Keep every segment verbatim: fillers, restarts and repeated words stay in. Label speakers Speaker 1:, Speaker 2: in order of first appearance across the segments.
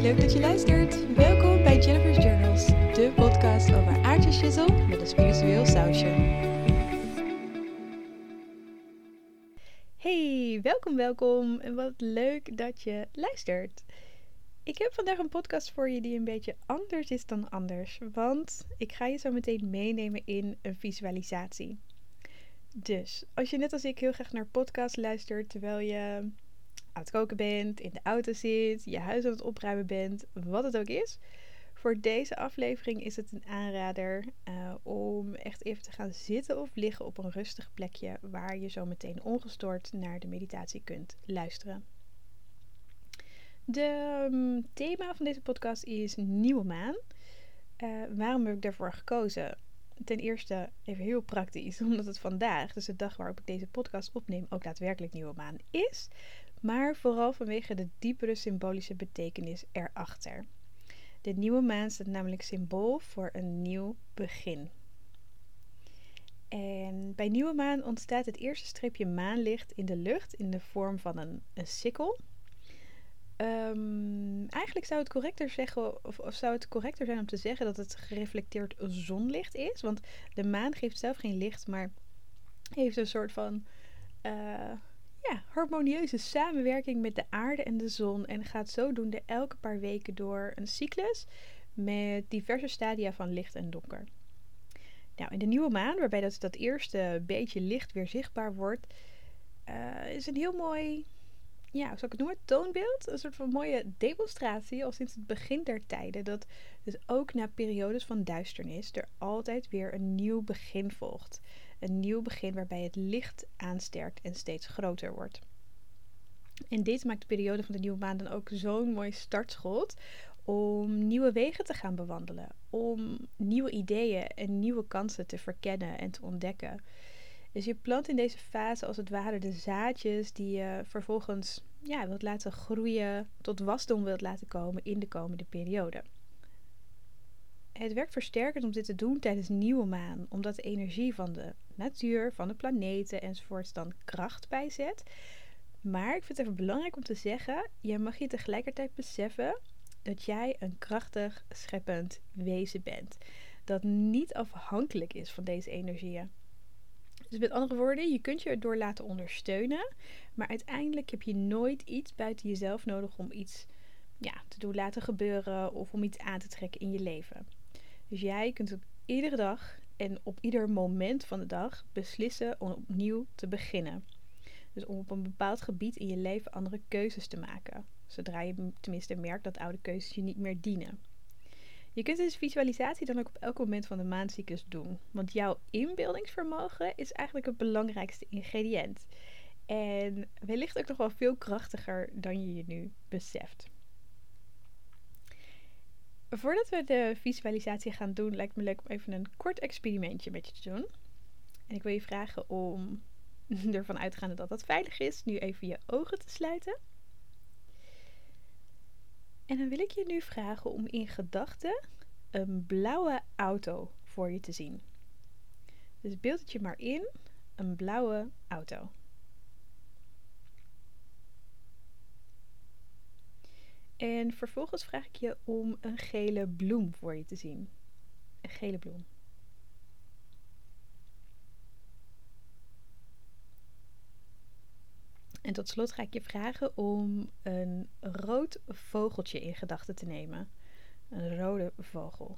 Speaker 1: leuk dat je luistert. Welkom bij Jennifer's Journals, de podcast over aardjesjizzel met een spiritueel sausje. Hey, welkom, welkom en wat leuk dat je luistert. Ik heb vandaag een podcast voor je die een beetje anders is dan anders, want ik ga je zo meteen meenemen in een visualisatie. Dus, als je net als ik heel graag naar podcasts luistert terwijl je aan het koken bent, in de auto zit, je huis aan het opruimen bent, wat het ook is. Voor deze aflevering is het een aanrader uh, om echt even te gaan zitten of liggen op een rustig plekje waar je zo meteen ongestoord naar de meditatie kunt luisteren. De um, thema van deze podcast is nieuwe maan. Uh, waarom heb ik daarvoor gekozen? Ten eerste even heel praktisch, omdat het vandaag, dus de dag waarop ik deze podcast opneem, ook daadwerkelijk nieuwe maan is. Maar vooral vanwege de diepere symbolische betekenis erachter. De nieuwe maan staat namelijk symbool voor een nieuw begin. En bij nieuwe maan ontstaat het eerste streepje maanlicht in de lucht in de vorm van een, een sikkel. Um, eigenlijk zou het correcter zeggen, of, of zou het correcter zijn om te zeggen dat het gereflecteerd zonlicht is. Want de maan geeft zelf geen licht, maar heeft een soort van Uh, Ja, harmonieuze samenwerking met de aarde en de zon en gaat zodoende elke paar weken door een cyclus met diverse stadia van licht en donker. Nou, in de nieuwe maan, waarbij dat, dat eerste beetje licht weer zichtbaar wordt, uh, is een heel mooi, ja, hoe zou ik het noemen, toonbeeld. Een soort van mooie demonstratie al sinds het begin der tijden. Dat dus ook na periodes van duisternis er altijd weer een nieuw begin volgt. Een nieuw begin waarbij het licht aansterkt en steeds groter wordt. En dit maakt de periode van de nieuwe maan dan ook zo'n mooi startschot om nieuwe wegen te gaan bewandelen. Om nieuwe ideeën en nieuwe kansen te verkennen en te ontdekken. Dus je plant in deze fase als het ware de zaadjes die je vervolgens ja, wilt laten groeien, tot wasdom wilt laten komen in de komende periode. Het werkt versterkend om dit te doen tijdens nieuwe maan, omdat de energie van de natuur, van de planeten enzovoorts dan kracht bijzet. Maar ik vind het even belangrijk om te zeggen, je mag je tegelijkertijd beseffen dat jij een krachtig, scheppend wezen bent. Dat niet afhankelijk is van deze energieën. Dus met andere woorden, je kunt je erdoor laten ondersteunen, maar uiteindelijk heb je nooit iets buiten jezelf nodig om iets ja, te doen laten gebeuren of om iets aan te trekken in je leven. Dus jij kunt op iedere dag en op ieder moment van de dag beslissen om opnieuw te beginnen. Dus om op een bepaald gebied in je leven andere keuzes te maken. Zodra je tenminste merkt dat oude keuzes je niet meer dienen. Je kunt deze visualisatie dan ook op elk moment van de maandcyclus doen. Want jouw inbeeldingsvermogen is eigenlijk het belangrijkste ingrediënt. En wellicht ook nog wel veel krachtiger dan je je nu beseft. Voordat we de visualisatie gaan doen, lijkt me leuk om even een kort experimentje met je te doen. En ik wil je vragen om ervan uitgaande dat dat veilig is, nu even je ogen te sluiten. En dan wil ik je nu vragen om in gedachten een blauwe auto voor je te zien. Dus beeld het je maar in, een blauwe auto. En vervolgens vraag ik je om een gele bloem voor je te zien. Een gele bloem. En tot slot ga ik je vragen om een rood vogeltje in gedachten te nemen. Een rode vogel.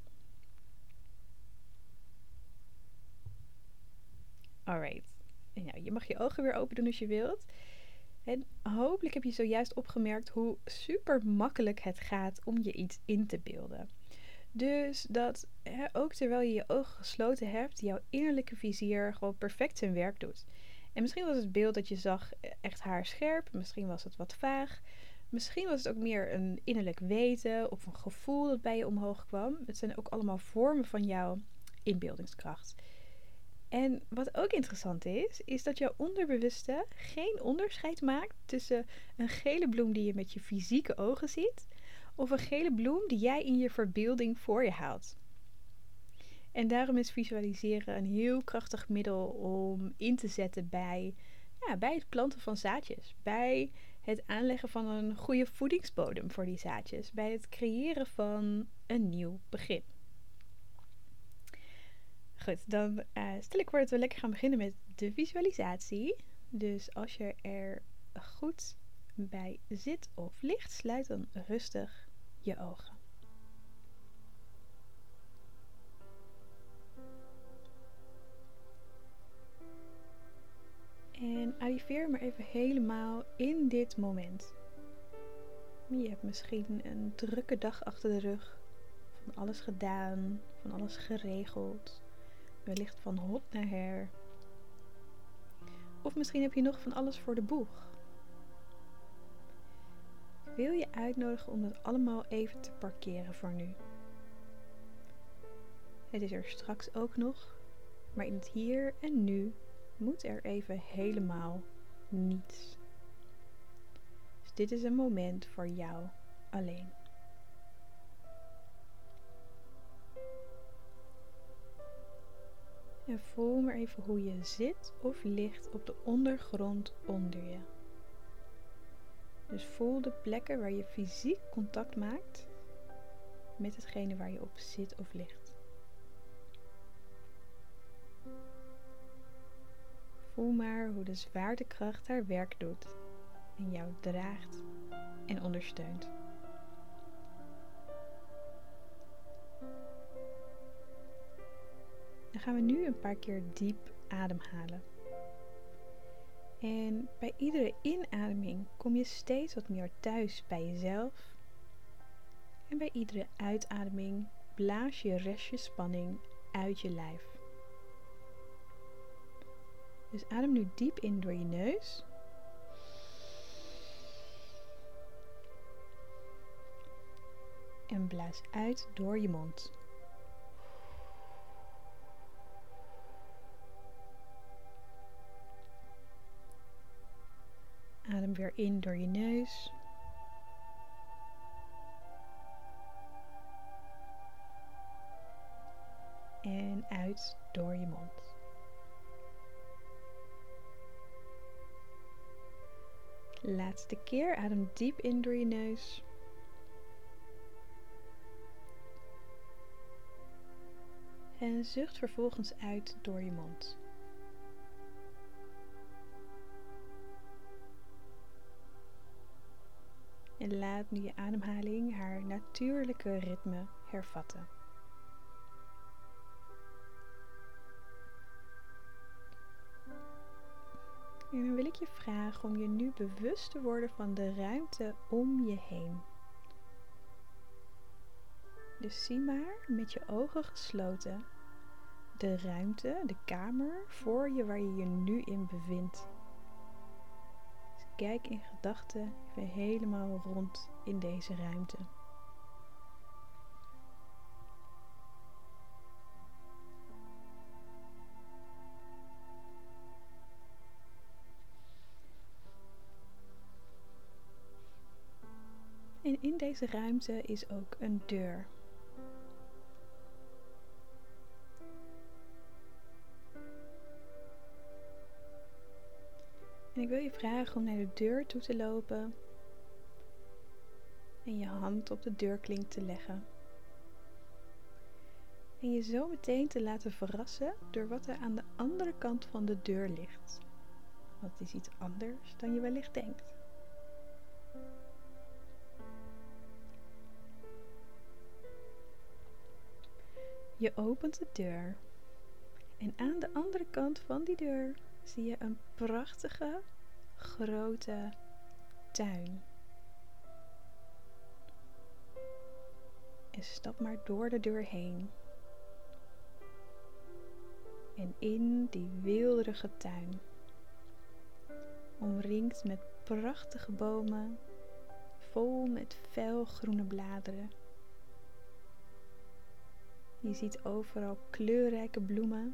Speaker 1: Alright. En nou, je mag je ogen weer open doen als je wilt. En hopelijk heb je zojuist opgemerkt hoe super makkelijk het gaat om je iets in te beelden. Dus dat hè, ook terwijl je je ogen gesloten hebt, jouw innerlijke vizier gewoon perfect zijn werk doet. En misschien was het beeld dat je zag echt haarscherp, misschien was het wat vaag. Misschien was het ook meer een innerlijk weten of een gevoel dat bij je omhoog kwam. Het zijn ook allemaal vormen van jouw inbeeldingskracht. En wat ook interessant is, is dat jouw onderbewuste geen onderscheid maakt tussen een gele bloem die je met je fysieke ogen ziet of een gele bloem die jij in je verbeelding voor je haalt. En daarom is visualiseren een heel krachtig middel om in te zetten bij, ja, bij het planten van zaadjes. Bij het aanleggen van een goede voedingsbodem voor die zaadjes, bij het creëren van een nieuw begin. Goed, dan uh, stel ik voor dat we lekker gaan beginnen met de visualisatie. Dus als je er goed bij zit of ligt, sluit dan rustig je ogen. En arriveer maar even helemaal in dit moment. Je hebt misschien een drukke dag achter de rug. Van alles gedaan, van alles geregeld. Wellicht van hot naar her. Of misschien heb je nog van alles voor de boeg. Ik wil je uitnodigen om dat allemaal even te parkeren voor nu. Het is er straks ook nog, maar in het hier en nu moet er even helemaal niets. Dus dit is een moment voor jou alleen. En voel maar even hoe je zit of ligt op de ondergrond onder je. Dus voel de plekken waar je fysiek contact maakt met hetgene waar je op zit of ligt. Voel maar hoe de zwaartekracht haar werk doet en jou draagt en ondersteunt. Dan gaan we nu een paar keer diep ademhalen. En bij iedere inademing kom je steeds wat meer thuis bij jezelf. En bij iedere uitademing blaas je restje spanning uit je lijf. Dus adem nu diep in door je neus. En blaas uit door je mond. Adem weer in door je neus. En uit door je mond. Laatste keer, adem diep in door je neus. En zucht vervolgens uit door je mond. En laat nu je ademhaling haar natuurlijke ritme hervatten. En dan wil ik je vragen om je nu bewust te worden van de ruimte om je heen. Dus zie maar met je ogen gesloten de ruimte, de kamer voor je waar je je nu in bevindt. Dus kijk in gedachten even helemaal rond in deze ruimte. En in deze ruimte is ook een deur. En ik wil je vragen om naar de deur toe te lopen en je hand op de deurklink te leggen. En je zo meteen te laten verrassen door wat er aan de andere kant van de deur ligt. Want het is iets anders dan je wellicht denkt. Je opent de deur en aan de andere kant van die deur zie je een prachtige, grote tuin. En stap maar door de deur heen. En in die weelderige tuin, omringd met prachtige bomen, vol met felgroene bladeren. Je ziet overal kleurrijke bloemen.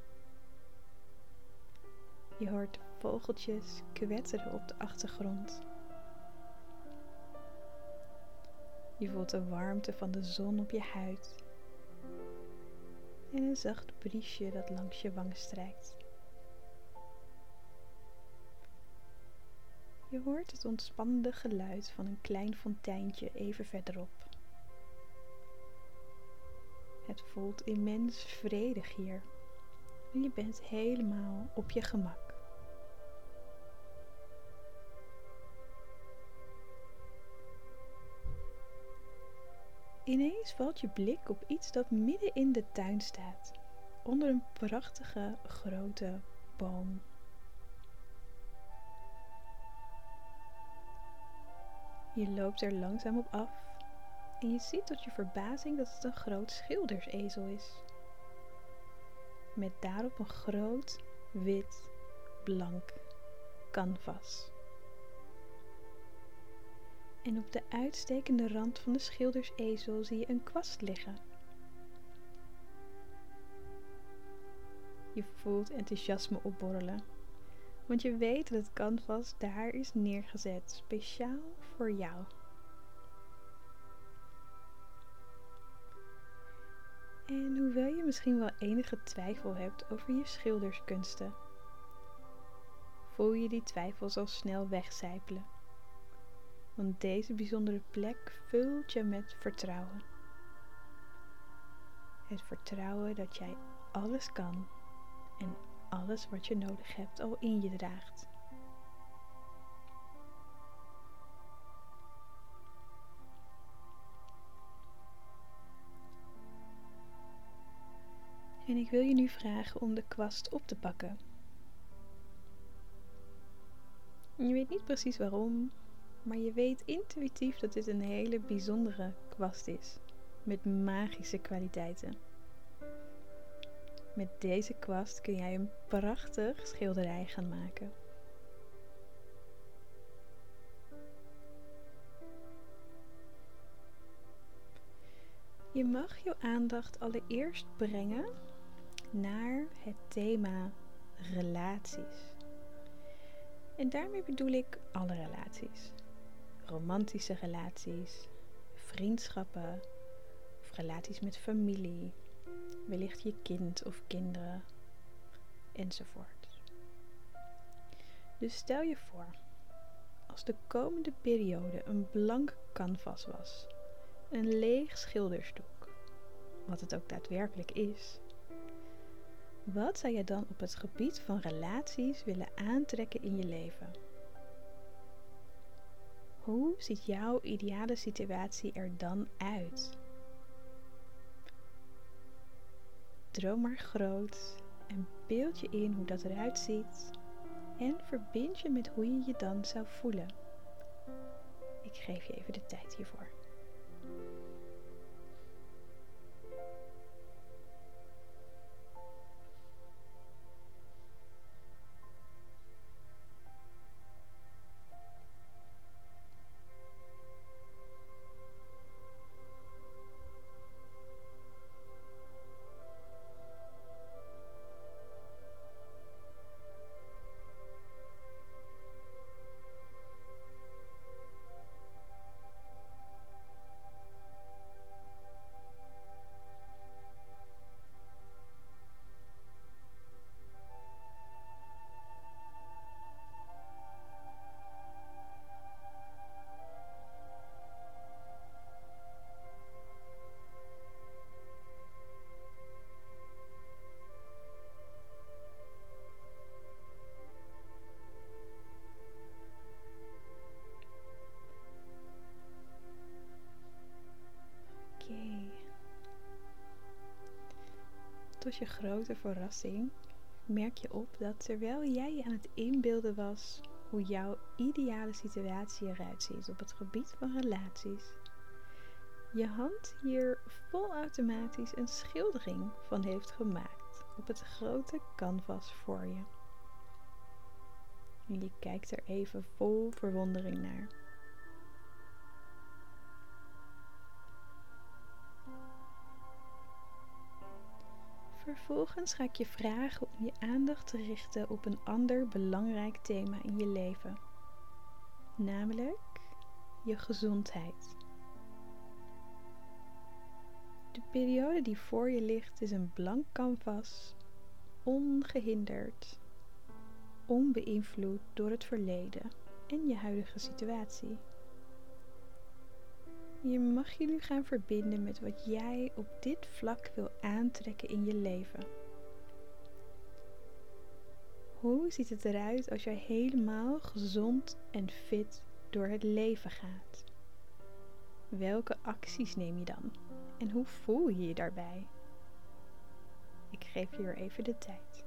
Speaker 1: Je hoort vogeltjes kwetteren op de achtergrond. Je voelt de warmte van de zon op je huid. En een zacht briesje dat langs je wangen strijkt. Je hoort het ontspannende geluid van een klein fonteintje even verderop. Het voelt immens vredig hier en je bent helemaal op je gemak. Ineens valt je blik op iets dat midden in de tuin staat, onder een prachtige grote boom. Je loopt er langzaam op af en je ziet tot je verbazing dat het een groot schildersezel is. Met daarop een groot, wit, blank canvas. En op de uitstekende rand van de schildersezel zie je een kwast liggen. Je voelt enthousiasme opborrelen, want je weet dat het canvas daar is neergezet, speciaal voor jou. En hoewel je misschien wel enige twijfel hebt over je schilderskunsten, voel je die twijfels al snel wegcijpelen. Want deze bijzondere plek vult je met vertrouwen. Het vertrouwen dat jij alles kan en alles wat je nodig hebt al in je draagt. En ik wil je nu vragen om de kwast op te pakken. Je weet niet precies waarom, maar je weet intuïtief dat dit een hele bijzondere kwast is, met magische kwaliteiten. Met deze kwast kun jij een prachtig schilderij gaan maken. Je mag je aandacht allereerst brengen naar het thema relaties. En daarmee bedoel ik alle relaties. Romantische relaties, vriendschappen, of relaties met familie, wellicht je kind of kinderen, enzovoort. Dus stel je voor, als de komende periode een blank canvas was, een leeg schildersdoek, wat het ook daadwerkelijk is, wat zou je dan op het gebied van relaties willen aantrekken in je leven? Hoe ziet jouw ideale situatie er dan uit? Droom maar groot en beeld je in hoe dat eruit ziet en verbind je met hoe je je dan zou voelen. Ik geef je even de tijd hiervoor. Tot je grote verrassing merk je op dat terwijl jij je aan het inbeelden was hoe jouw ideale situatie eruit ziet op het gebied van relaties, je hand hier volautomatisch een schildering van heeft gemaakt op het grote canvas voor je. En je kijkt er even vol verwondering naar. Vervolgens ga ik je vragen om je aandacht te richten op een ander belangrijk thema in je leven, namelijk je gezondheid. De periode die voor je ligt is een blank canvas, ongehinderd, onbeïnvloed door het verleden en je huidige situatie. Je mag je nu gaan verbinden met wat jij op dit vlak wil aantrekken in je leven. Hoe ziet het eruit als jij helemaal gezond en fit door het leven gaat? Welke acties neem je dan? En hoe voel je je daarbij? Ik geef je weer even de tijd.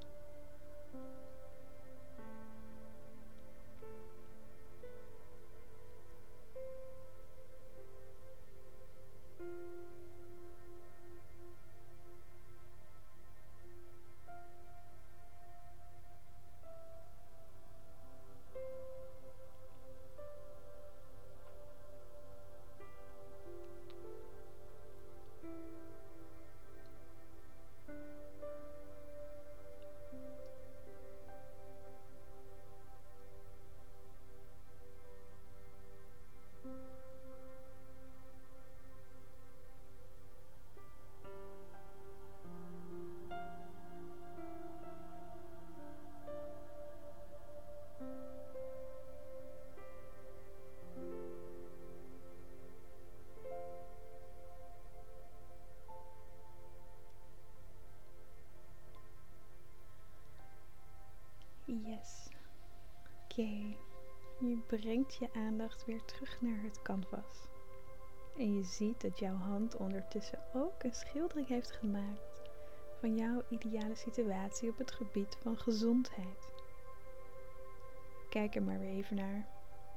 Speaker 1: Yes. Oké. Okay. Je brengt je aandacht weer terug naar het canvas. En je ziet dat jouw hand ondertussen ook een schildering heeft gemaakt van jouw ideale situatie op het gebied van gezondheid. Kijk er maar weer even naar.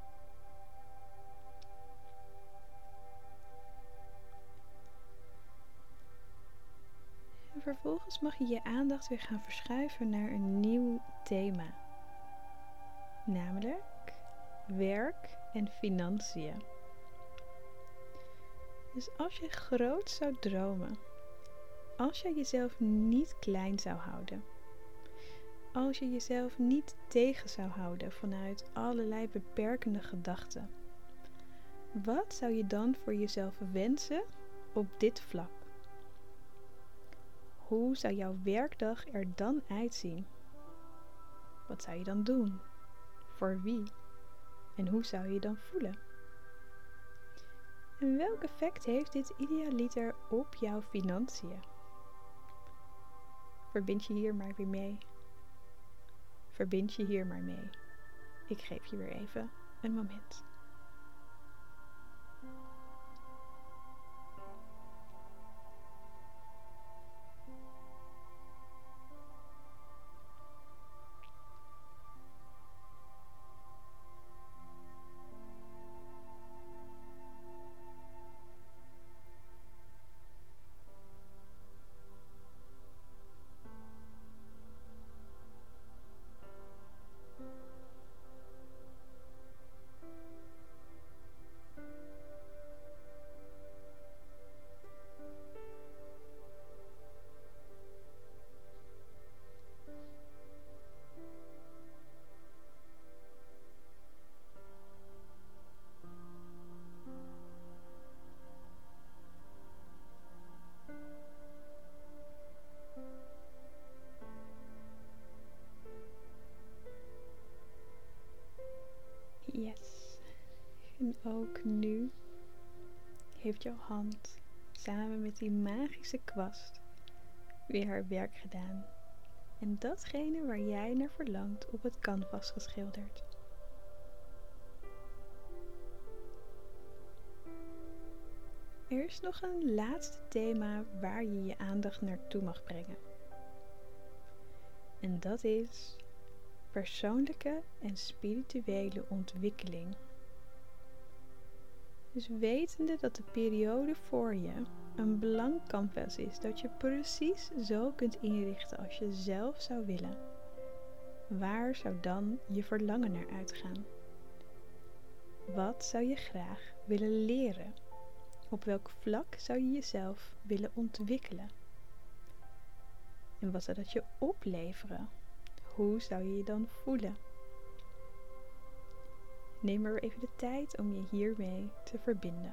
Speaker 1: En vervolgens mag je je aandacht weer gaan verschuiven naar een nieuw thema. Namelijk werk en financiën. Dus als je groot zou dromen, als je jezelf niet klein zou houden, als je jezelf niet tegen zou houden vanuit allerlei beperkende gedachten, wat zou je dan voor jezelf wensen op dit vlak? Hoe zou jouw werkdag er dan uitzien? Wat zou je dan doen? Voor wie? En hoe zou je je dan voelen? En welk effect heeft dit idealiter op jouw financiën? Verbind je hier maar weer mee. Verbind je hier maar mee. Ik geef je weer even een moment. Yes. En ook nu heeft jouw hand samen met die magische kwast weer haar werk gedaan. En datgene waar jij naar verlangt op het canvas geschilderd. Er is nog een laatste thema waar je je aandacht naartoe mag brengen. En dat is persoonlijke en spirituele ontwikkeling. Dus wetende dat de periode voor je een blank canvas is dat je precies zo kunt inrichten als je zelf zou willen. Waar zou dan je verlangen naar uitgaan? Wat zou je graag willen leren? Op welk vlak zou je jezelf willen ontwikkelen? En wat zou dat je opleveren? Hoe zou je je dan voelen? Neem er even de tijd om je hiermee te verbinden.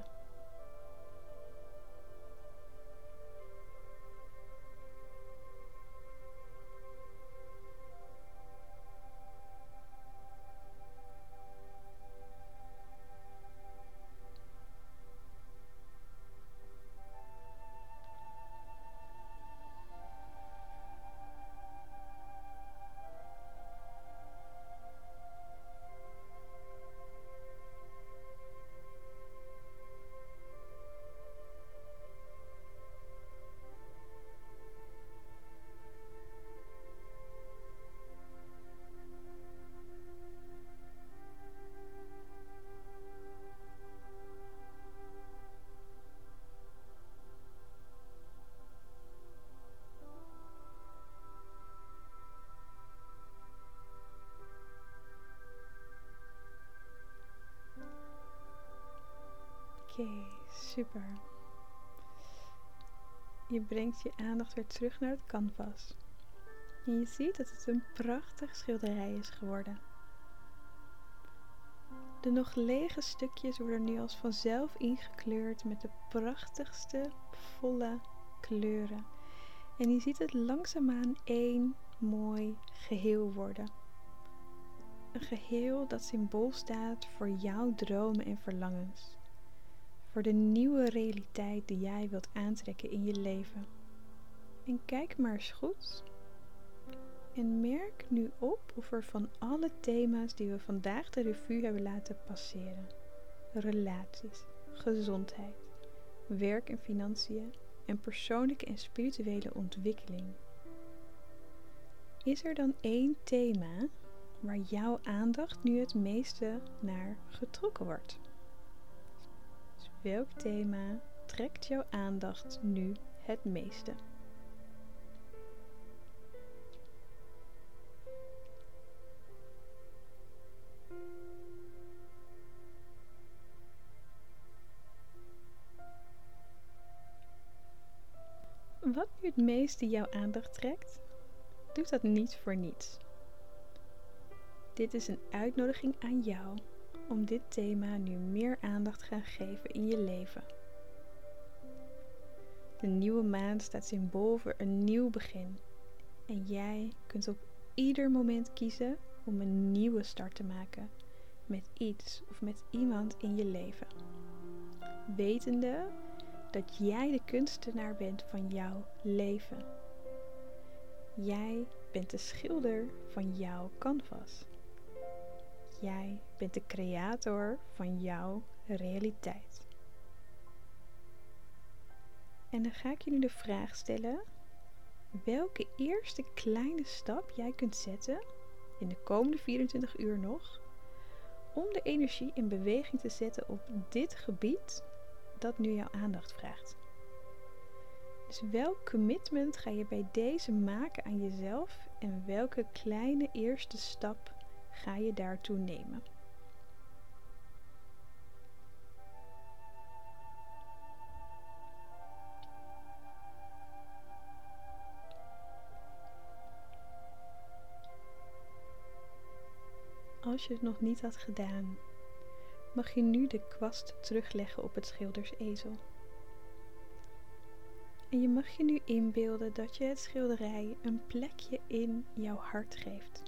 Speaker 1: Oké, super. Je brengt je aandacht weer terug naar het canvas. En je ziet dat het een prachtig schilderij is geworden. De nog lege stukjes worden nu als vanzelf ingekleurd met de prachtigste, volle kleuren. En je ziet het langzaamaan één mooi geheel worden. Een geheel dat symbool staat voor jouw dromen en verlangens. Voor de nieuwe realiteit die jij wilt aantrekken in je leven. En kijk maar eens goed. En merk nu op of er van alle thema's die we vandaag de revue hebben laten passeren. Relaties, gezondheid, werk en financiën en persoonlijke en spirituele ontwikkeling. Is er dan één thema waar jouw aandacht nu het meeste naar getrokken wordt? Dus welk thema trekt jouw aandacht nu het meeste? Wat nu het meeste jouw aandacht trekt, doet dat niet voor niets. Dit is een uitnodiging aan jou om dit thema nu meer aandacht te gaan geven in je leven. De nieuwe maan staat symbool voor een nieuw begin. En jij kunt op ieder moment kiezen om een nieuwe start te maken met iets of met iemand in je leven. Wetende dat jij de kunstenaar bent van jouw leven. Jij bent de schilder van jouw canvas. Jij bent de creator van jouw realiteit. En dan ga ik je nu de vraag stellen: welke eerste kleine stap jij kunt zetten in de komende vierentwintig uur nog om de energie in beweging te zetten op dit gebied dat nu jouw aandacht vraagt. Dus welk commitment ga je bij deze maken aan jezelf en welke kleine eerste stap ga je daartoe nemen? Als je het nog niet had gedaan, mag je nu de kwast terugleggen op het schildersezel. En je mag je nu inbeelden dat je het schilderij een plekje in jouw hart geeft.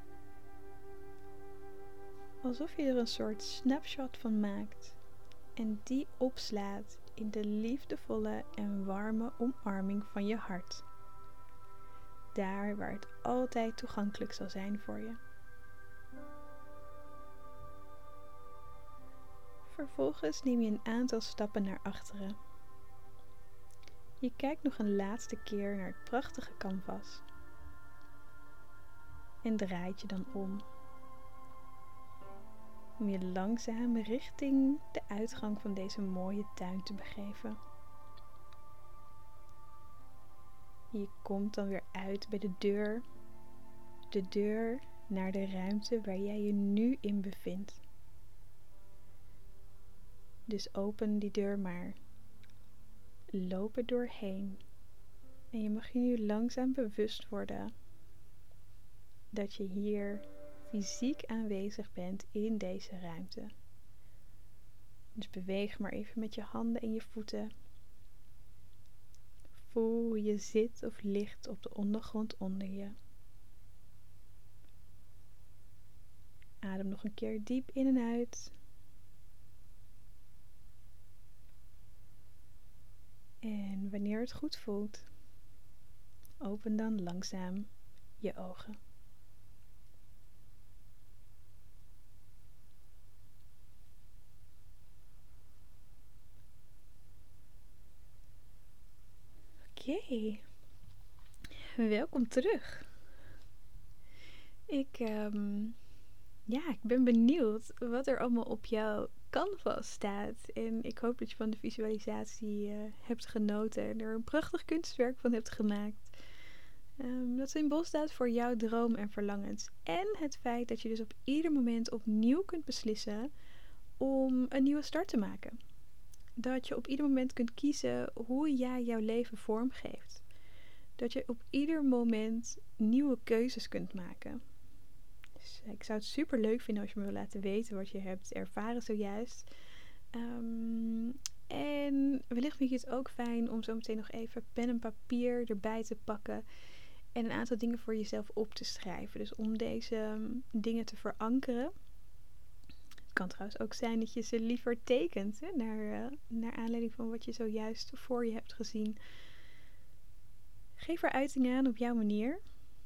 Speaker 1: Alsof je er een soort snapshot van maakt en die opslaat in de liefdevolle en warme omarming van je hart. Daar waar het altijd toegankelijk zal zijn voor je. Vervolgens neem je een aantal stappen naar achteren. Je kijkt nog een laatste keer naar het prachtige canvas. En draait je dan om. Om je langzaam richting de uitgang van deze mooie tuin te begeven. Je komt dan weer uit bij de deur. De deur naar de ruimte waar jij je nu in bevindt. Dus open die deur maar. Loop er doorheen. En je mag je nu langzaam bewust worden dat je hier fysiek aanwezig bent in deze ruimte. Dus beweeg maar even met je handen en je voeten. Voel hoe je zit of ligt op de ondergrond onder je. Adem nog een keer diep in en uit. En wanneer het goed voelt, open dan langzaam je ogen. Oké, okay. Welkom terug. Ik, um, ja, ik ben benieuwd wat er allemaal op jouw canvas staat. En ik hoop dat je van de visualisatie uh, hebt genoten en er een prachtig kunstwerk van hebt gemaakt. Um, dat symbool staat voor jouw droom en verlangens. En het feit dat je dus op ieder moment opnieuw kunt beslissen om een nieuwe start te maken. dat je op ieder moment kunt kiezen hoe jij jouw leven vormgeeft. Dat je op ieder moment nieuwe keuzes kunt maken. Dus ik zou het super leuk vinden als je me wil laten weten wat je hebt ervaren zojuist. Um, en wellicht vind je het ook fijn om zo meteen nog even pen en papier erbij te pakken. En een aantal dingen voor jezelf op te schrijven. Dus om deze um, dingen te verankeren. Het kan trouwens ook zijn dat je ze liever tekent. Hè, naar, uh, naar aanleiding van wat je zojuist voor je hebt gezien. Geef er uiting aan op jouw manier.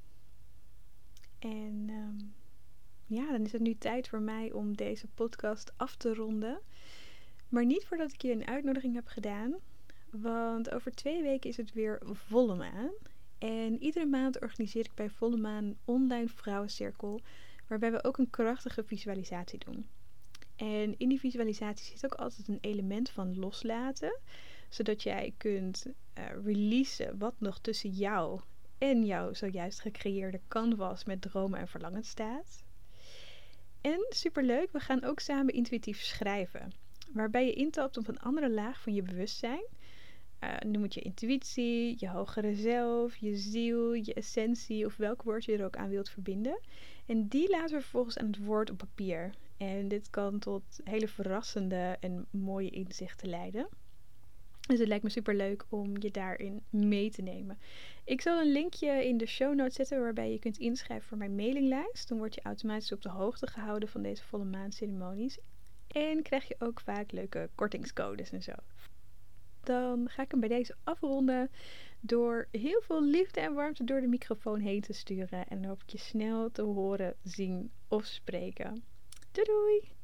Speaker 1: En um, ja, dan is het nu tijd voor mij om deze podcast af te ronden. Maar niet voordat ik je een uitnodiging heb gedaan. Want over twee weken is het weer volle maan. En iedere maand organiseer ik bij volle maan een online vrouwencirkel. Waarbij we ook een krachtige visualisatie doen. En in die visualisatie zit ook altijd een element van loslaten. Zodat jij kunt uh, releasen wat nog tussen jou en jouw zojuist gecreëerde canvas met dromen en verlangens staat. En superleuk, we gaan ook samen intuïtief schrijven. Waarbij je intapt op een andere laag van je bewustzijn. Uh, noem het je intuïtie, je hogere zelf, je ziel, je essentie of welk woord je er ook aan wilt verbinden. En die laten we vervolgens aan het woord op papier. En dit kan tot hele verrassende en mooie inzichten leiden. Dus het lijkt me super leuk om je daarin mee te nemen. Ik zal een linkje in de show notes zetten waarbij je kunt inschrijven voor mijn mailinglijst. Dan word je automatisch op de hoogte gehouden van deze volle maanceremonies. En krijg je ook vaak leuke kortingscodes en zo. Dan ga ik hem bij deze afronden door heel veel liefde en warmte door de microfoon heen te sturen. En dan hoop ik je snel te horen, zien of spreken. Doei doei!